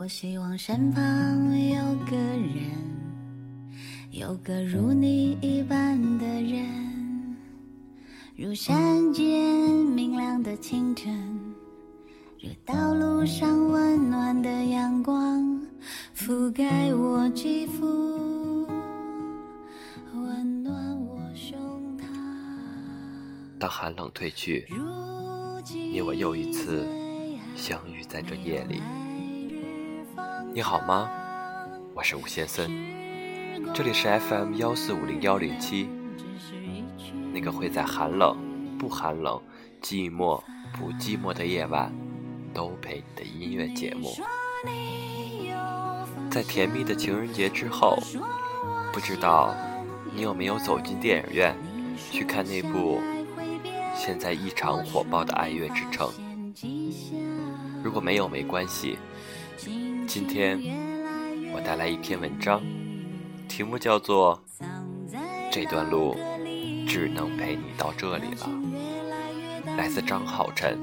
我希望身旁有个人，有个如你一般的人，如山间明亮的清晨，如道路上温暖的阳光，覆盖我肌肤，温暖我胸膛。 当寒冷退去，你我又一次相遇在这夜里。你好吗？我是吴先生，这里是 FM1450-107，那个会在寒冷不寒冷、寂寞不寂寞的夜晚都陪你的音乐节目。在甜蜜的情人节之后，不知道你有没有走进电影院去看那部现在异常火爆的《爱乐之城》？如果没有没关系，今天我带来一篇文章，题目叫做这段路只能陪你到这里了，来自张浩辰。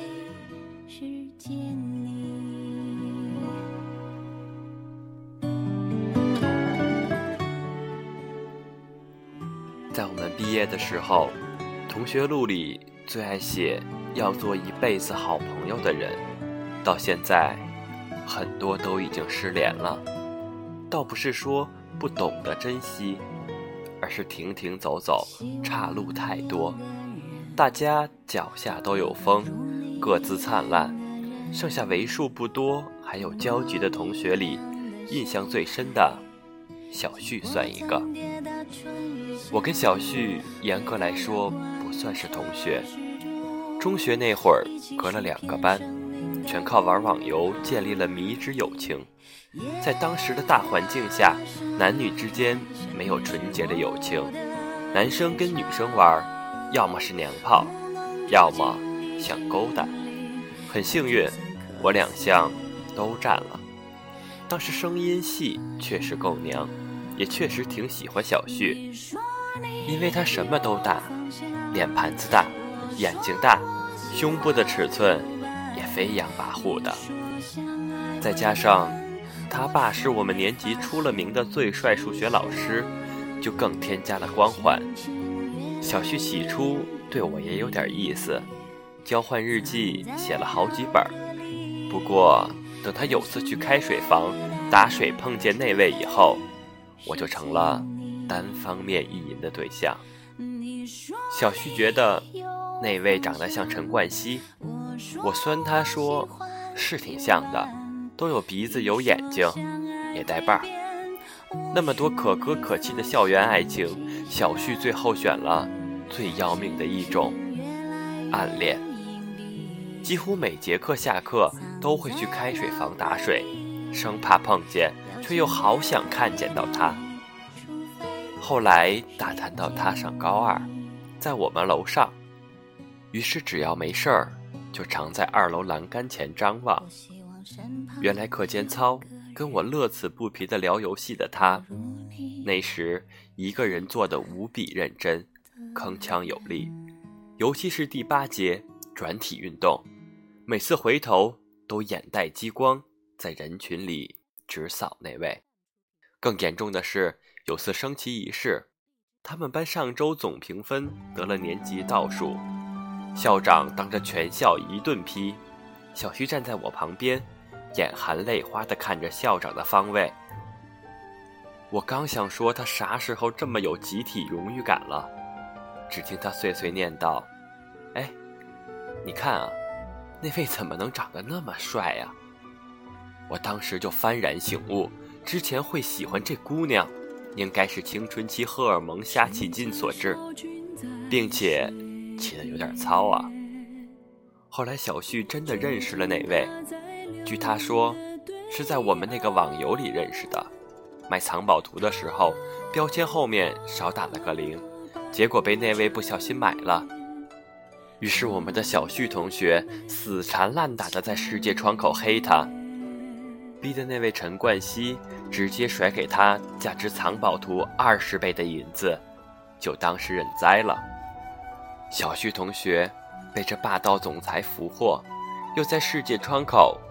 在我们毕业的时候，同学录里最爱写要做一辈子好朋友的人，到现在很多都已经失联了。倒不是说不懂得珍惜，而是停停走走，岔路太多，大家脚下都有风，各自灿烂，剩下为数不多还有交集的同学里，印象最深的小旭算一个。我跟小旭严格来说不算是同学，中学那会儿隔了2个班，全靠玩网游建立了迷之友情。在当时的大环境下，男女之间没有纯洁的友情，男生跟女生玩，要么是娘炮，要么想勾搭。很幸运，我2项都占了。当时声音系确实够娘，也确实挺喜欢小旭，因为他什么都大，脸盘子大，眼睛大，胸部的尺寸也飞扬跋扈的，再加上他爸是我们年级出了名的最帅数学老师，就更添加了光环。小旭起初对我也有点意思，交换日记写了好几本，不过等他有次去开水房打水碰见那位以后，我就成了单方面意淫的对象。小旭觉得那位长得像陈冠希，我酸他说是挺像的，都有鼻子有眼睛也带把儿。那么多可歌可泣的校园爱情，小旭最后选了最要命的一种，暗恋。几乎每节课下课都会去开水房打水，生怕碰见，却又好想看见到他。后来打探到他上高2，在我们楼上，于是只要没事儿就常在2楼栏杆前张望。原来课间操跟我乐此不疲地聊游戏的他，那时一个人做得无比认真，铿锵有力，尤其是第8节转体运动，每次回头都眼带激光，在人群里直扫那位。更严重的是，有次升旗仪式，他们班上周总评分得了年级倒数，校长当着全校一顿批，小旭站在我旁边，眼含泪花地看着校长的方位。我刚想说他啥时候这么有集体荣誉感了，只听他碎碎念道：哎，你看啊，那位怎么能长得那么帅呀？我当时就幡然醒悟，之前会喜欢这姑娘，应该是青春期荷尔蒙瞎起劲所致，并且起得有点糙啊。后来小旭真的认识了那位，据他说是在我们那个网游里认识的，卖藏宝图的时候标签后面少打了个0，结果被那位不小心买了。于是我们的小旭同学死缠烂打的在世界窗口黑他，逼得那位陈冠希直接甩给他价值藏宝图20倍的银子，就当是认栽了。小旭同学被这霸道总裁俘获，又在世界窗口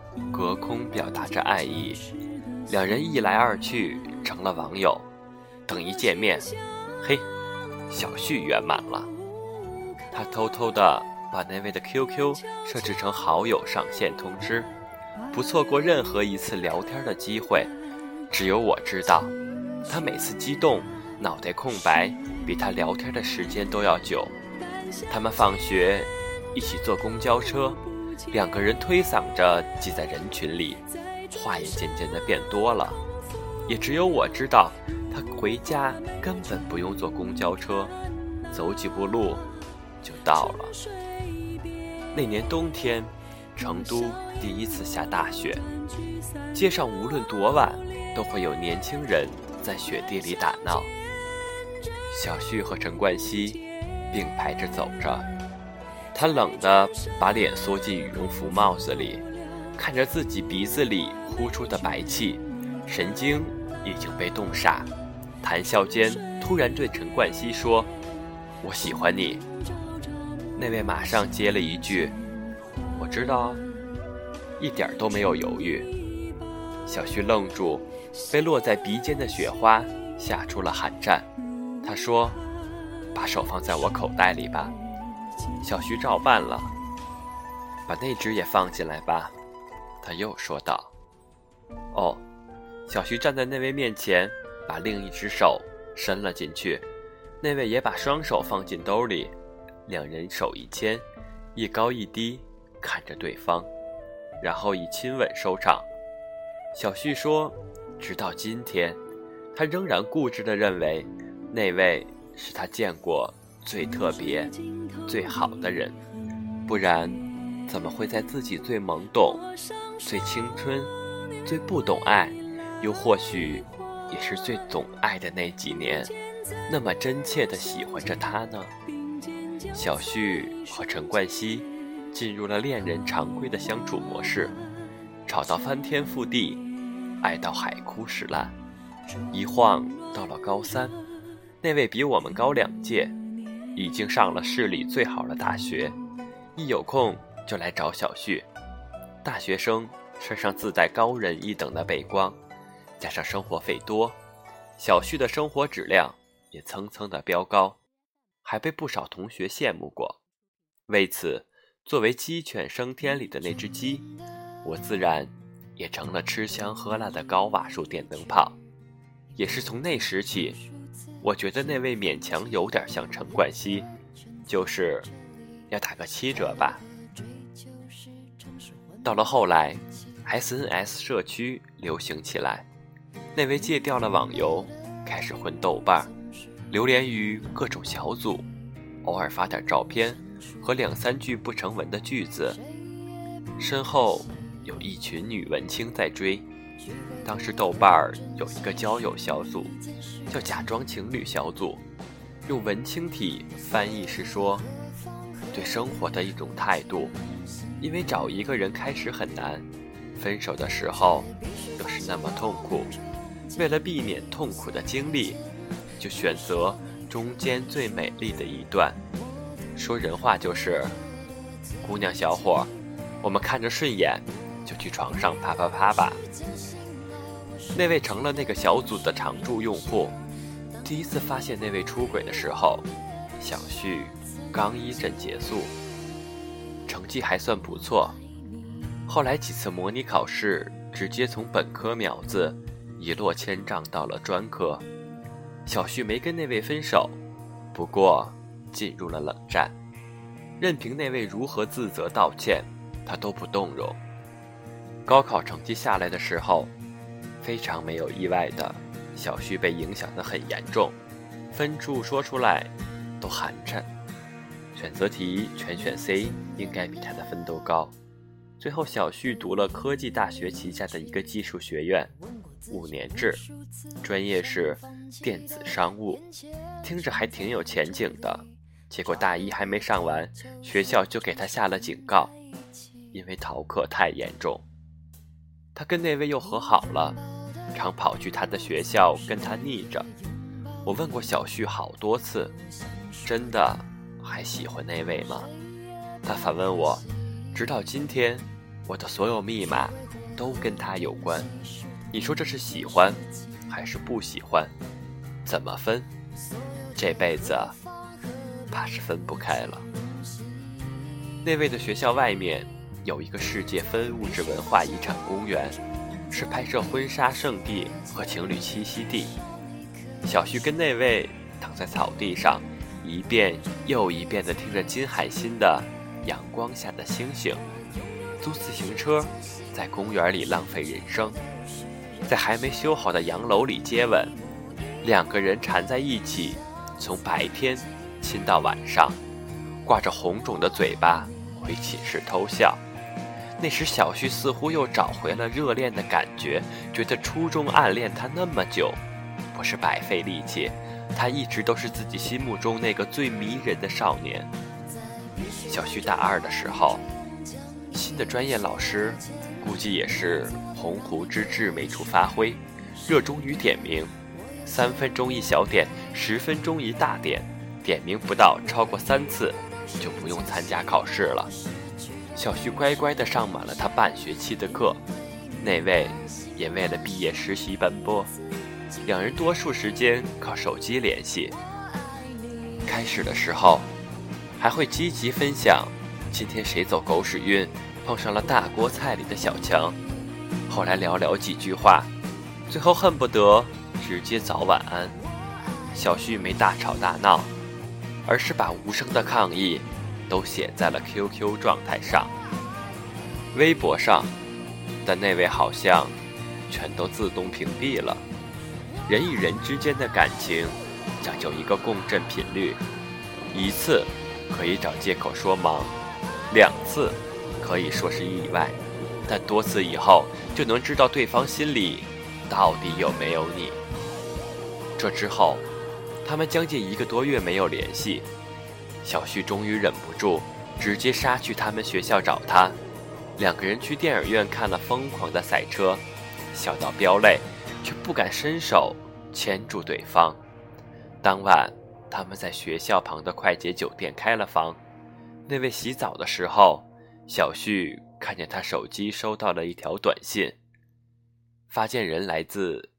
隔空表达着爱意，两人一来二去成了网友。等一见面，嘿，小旭圆满了。他偷偷地把那位的 QQ 设置成好友上线通知，不错过任何一次聊天的机会。只有我知道，他每次激动，脑袋空白，比他聊天的时间都要久。他们放学一起坐公交车，两个人推搡着挤在人群里，话也渐渐地变多了。也只有我知道，他回家根本不用坐公交车，走几步路就到了。那年冬天，成都第一次下大雪，街上无论多晚都会有年轻人在雪地里打闹。小旭和陈冠希并排着走着，他冷地把脸缩进羽绒服帽子里，看着自己鼻子里呼出的白气，神经已经被冻傻。谈笑间突然对陈冠希说：“我喜欢你。”那位马上接了一句：“我知道啊。”一点都没有犹豫。小旭愣住，被落在鼻尖的雪花吓出了寒战。他说：“把手放在我口袋里吧。”小旭照办了。“把那只也放进来吧。”他又说道。哦，小旭站在那位面前，把另一只手伸了进去，那位也把双手放进兜里，两人手一牵，一高一低看着对方，然后以亲吻收场。小旭说，直到今天，他仍然固执地认为那位是他见过最特别、最好的人，不然怎么会在自己最懵懂、最青春、最不懂爱，又或许也是最懂爱的那几年，那么真切地喜欢着他呢？小旭和陈冠希进入了恋人常规的相处模式，吵到翻天覆地，爱到海枯石烂。一晃到了高三，那位比我们高2届，已经上了市里最好的大学，一有空就来找小旭。大学生身上自带高人一等的背光，加上生活费多，小旭的生活质量也蹭蹭的飙高，还被不少同学羡慕过。为此，作为鸡犬升天里的那只鸡，我自然也成了吃香喝辣的高瓦数电灯泡。也是从那时起，我觉得那位勉强有点像陈冠希，就是要打个7折吧。到了后来 SNS 社区流行起来，那位戒掉了网游，开始混豆瓣，流连于各种小组，偶尔发点照片和2、3句不成文的句子，身后有一群女文青在追。当时豆瓣有一个交友小组，叫假装情侣小组，用文青体翻译是说对生活的一种态度，因为找一个人开始很难，分手的时候又是那么痛苦，为了避免痛苦的经历，就选择中间最美丽的一段。说人话就是，姑娘小伙，我们看着顺眼就去床上啪啪啪吧。那位成了那个小组的常驻用户。第一次发现那位出轨的时候，小旭刚1阵结束，成绩还算不错。后来几次模拟考试，直接从本科苗子一落千丈到了专科。小旭没跟那位分手，不过进入了冷战，任凭那位如何自责道歉，他都不动容。高考成绩下来的时候，非常没有意外的，小旭被影响得很严重，分数说出来都寒碜，选择题全选 C 应该比他的分都高。最后小旭读了科技大学旗下的一个技术学院，5年制，专业是电子商务，听着还挺有前景的。结果大1还没上完，学校就给他下了警告，因为逃课太严重。他跟那位又和好了，常跑去他的学校跟他腻着。我问过小旭好多次，真的还喜欢那位吗？他反问我，直到今天，我的所有密码都跟他有关。你说这是喜欢还是不喜欢？怎么分？这辈子怕是分不开了。那位的学校外面有一个世界非物质文化遗产公园，是拍摄婚纱圣地和情侣栖息地。小旭跟那位躺在草地上，一遍又一遍地听着金海心的《阳光下的星星》，租自行车在公园里浪费人生，在还没修好的洋楼里接吻，两个人缠在一起，从白天亲到晚上，挂着红肿的嘴巴回寝室偷笑。那时小旭似乎又找回了热恋的感觉，觉得初中暗恋他那么久不是白费力气，他一直都是自己心目中那个最迷人的少年。小旭大二的时候，新的专业老师估计也是鸿鹄之志没处发挥，热衷于点名，3分钟一小点，10分钟一大点，点名不到超过3次就不用参加考试了。小旭乖乖地上满了他半学期的课，那位也为了毕业实习奔波，两人多数时间靠手机联系。开始的时候还会积极分享今天谁走狗屎运碰上了大锅菜里的小强，后来寥寥几句话，最后恨不得直接早晚安。小旭没大吵大闹，而是把无声的抗议都写在了 QQ 状态上、微博上，但那位好像全都自动屏蔽了。人与人之间的感情讲究一个共振频率，1次可以找借口说忙，2次可以说是意外，但多次以后就能知道对方心里到底有没有你。这之后他们将近1个多月没有联系，小旭终于忍不住直接杀去他们学校找他，两个人去电影院看了疯狂的赛车，笑到飙泪，却不敢伸手牵住对方。当晚他们在学校旁的快捷酒店开了房，那位洗澡的时候，小旭看见他手机收到了一条短信，发件人来自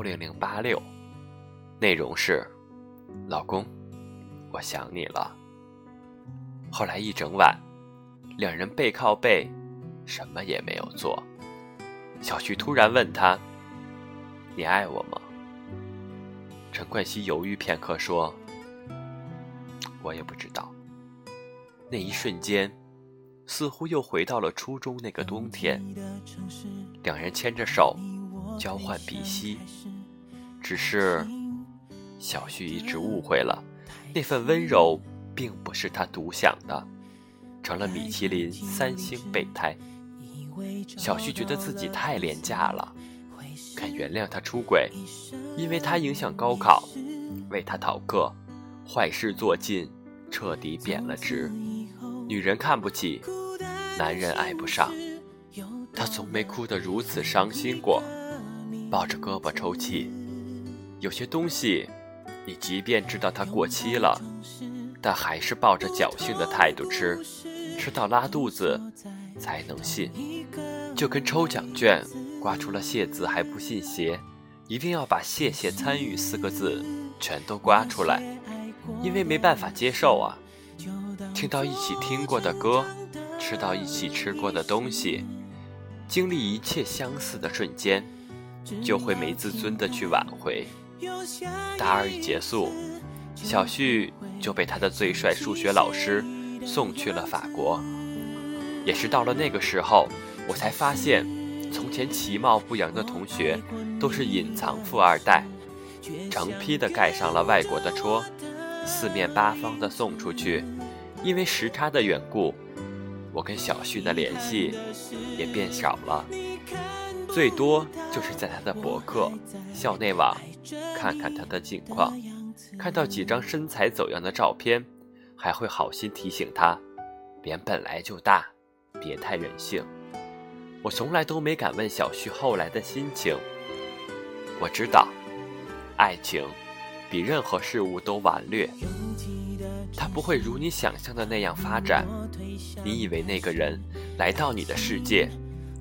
10086，内容是：老公，我想你了。后来一整晚，两人背靠背，什么也没有做。小旭突然问他：你爱我吗？陈冠希犹豫片刻说：我也不知道。那一瞬间似乎又回到了初中那个冬天，两人牵着手交换鼻息，只是小旭一直误会了，那份温柔并不是他独享的，成了米其林3星备胎。小旭觉得自己太廉价了，肯原谅他出轨，因为他影响高考，为他逃课，坏事做尽，彻底贬了职。女人看不起，男人爱不上，他从没哭得如此伤心过，抱着胳膊抽泣。有些东西你即便知道它过期了，但还是抱着侥幸的态度吃，吃到拉肚子才能信。就跟抽奖券刮出了谢字还不信邪，一定要把谢谢参与4个字全都刮出来，因为没办法接受啊。听到一起听过的歌，吃到一起吃过的东西，经历一切相似的瞬间，就会没自尊地去挽回。大二一结束，小旭就被他的最帅数学老师送去了法国。也是到了那个时候，我才发现从前其貌不扬的同学都是隐藏富二代，成批的盖上了外国的戳，四面八方的送出去。因为时差的缘故，我跟小旭的联系也变少了，最多就是在他的博客校内网看看他的近况，看到几张身材走样的照片，还会好心提醒他脸本来就大，别太任性。我从来都没敢问小旭后来的心情。我知道爱情比任何事物都顽劣，它不会如你想象的那样发展。你以为那个人来到你的世界，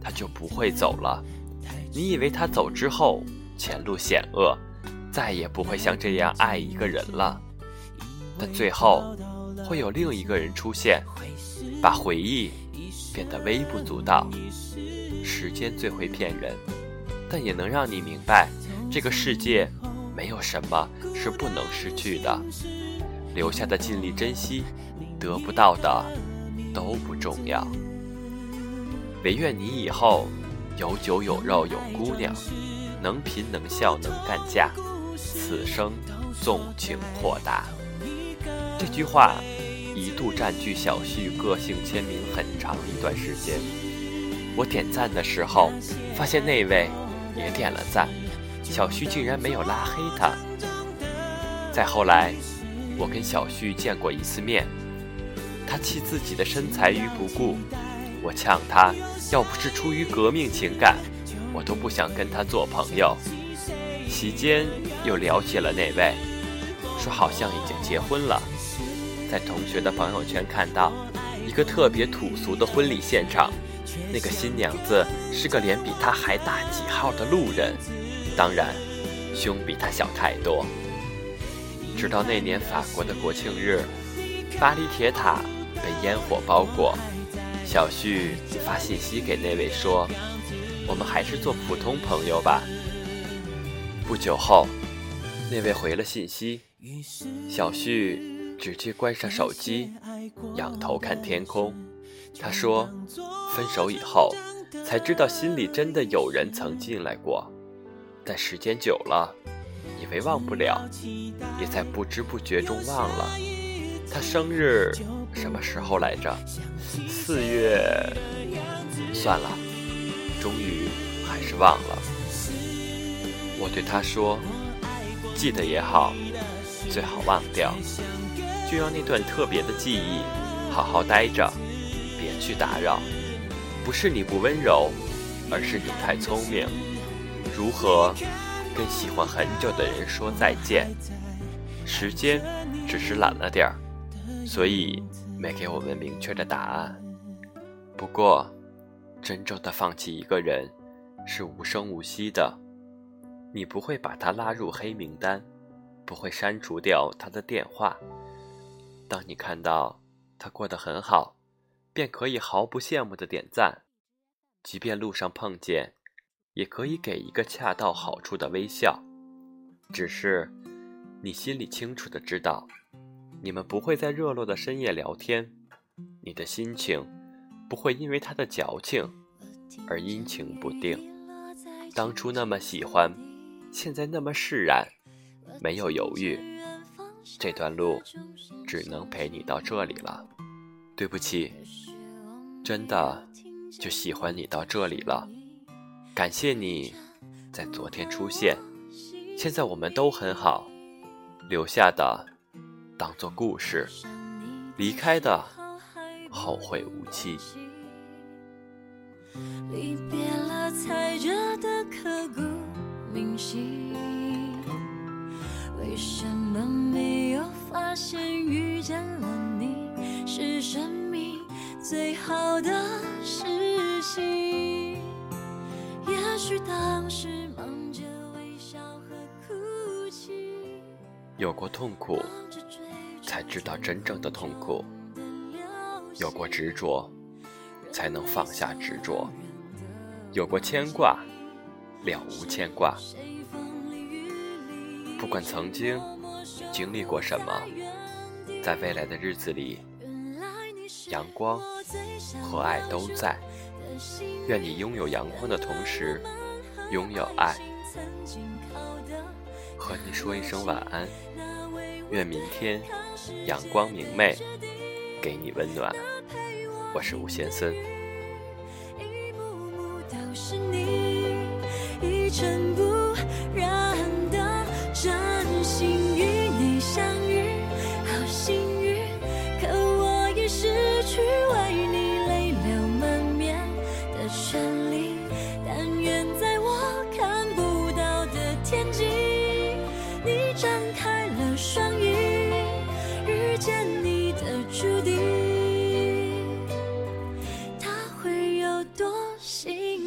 他就不会走了。你以为他走之后前路险恶，再也不会像这样爱一个人了，但最后会有另一个人出现，把回忆变得微不足道。时间最会骗人，但也能让你明白，这个世界没有什么是不能失去的，留下的尽力珍惜，得不到的都不重要。唯愿你以后有酒有肉有姑娘，能贫能笑能干架，此生纵情豁达。这句话一度占据小旭个性签名很长一段时间。我点赞的时候，发现那位也点了赞，小旭竟然没有拉黑他。再后来，我跟小旭见过一次面，他弃自己的身材于不顾，我呛他，要不是出于革命情感，我都不想跟他做朋友。席间又聊起了那位，说好像已经结婚了。在同学的朋友圈看到一个特别土俗的婚礼现场，那个新娘子是个脸比他还大几号的路人，当然胸比他小太多。直到那年法国的国庆日，巴黎铁塔被烟火包裹，小旭发信息给那位说，我们还是做普通朋友吧。不久后，那位回了信息，小旭直接关上手机，仰头看天空。他说，分手以后才知道心里真的有人曾进来过，但时间久了，以为忘不了，也在不知不觉中忘了。他生日什么时候来着？4月，算了，终于还是忘了。我对他说，记得也好，最好忘掉，就让那段特别的记忆好好待着，别去打扰。不是你不温柔，而是你太聪明。如何跟喜欢很久的人说再见？时间只是懒了点儿，所以没给我们明确的答案。不过，真正的放弃一个人是无声无息的，你不会把他拉入黑名单，不会删除掉他的电话。当你看到他过得很好，便可以毫不羡慕的点赞，即便路上碰见，也可以给一个恰到好处的微笑。只是你心里清楚的知道，你们不会在热络的深夜聊天，你的心情不会因为他的矫情而阴晴不定。当初那么喜欢，现在那么释然，没有犹豫，这段路只能陪你到这里了。对不起，真的就喜欢你到这里了。感谢你在昨天出现，现在我们都很好，留下的当作故事，离开的后会无期。 离别了踩着的刻骨铭心，为什么没有发现遇见了你是生命最好的事情？也许当时忙着微笑和哭泣， 有过痛苦，才知道真正的痛苦；有过执着，才能放下执着；有过牵挂，了无牵挂。不管曾经经历过什么，在未来的日子里，阳光和爱都在。愿你拥有阳光的同时，拥有爱。和你说一声晚安，愿明天阳光明媚，给你温暖。我是吴先森。 一幕幕都是你，一尘不染的真心与你相遇，好幸运，可我已失去为你泪流满面的权利。但愿在我看不到的天际，你张开了双翼，遇见你的注定，它会有多幸运。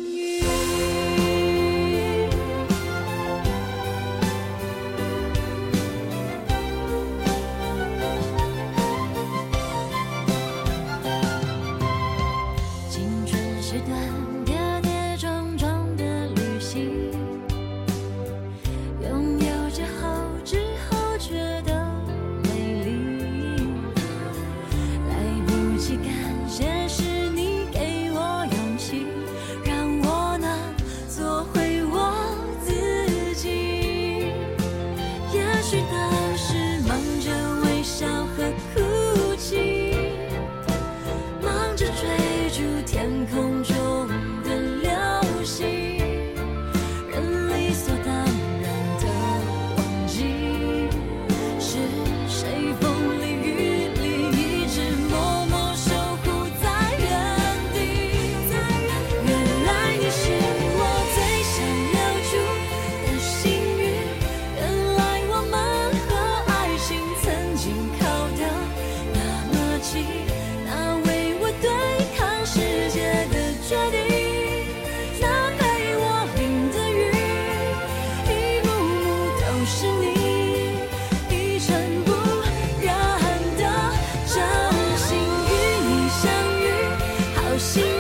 心。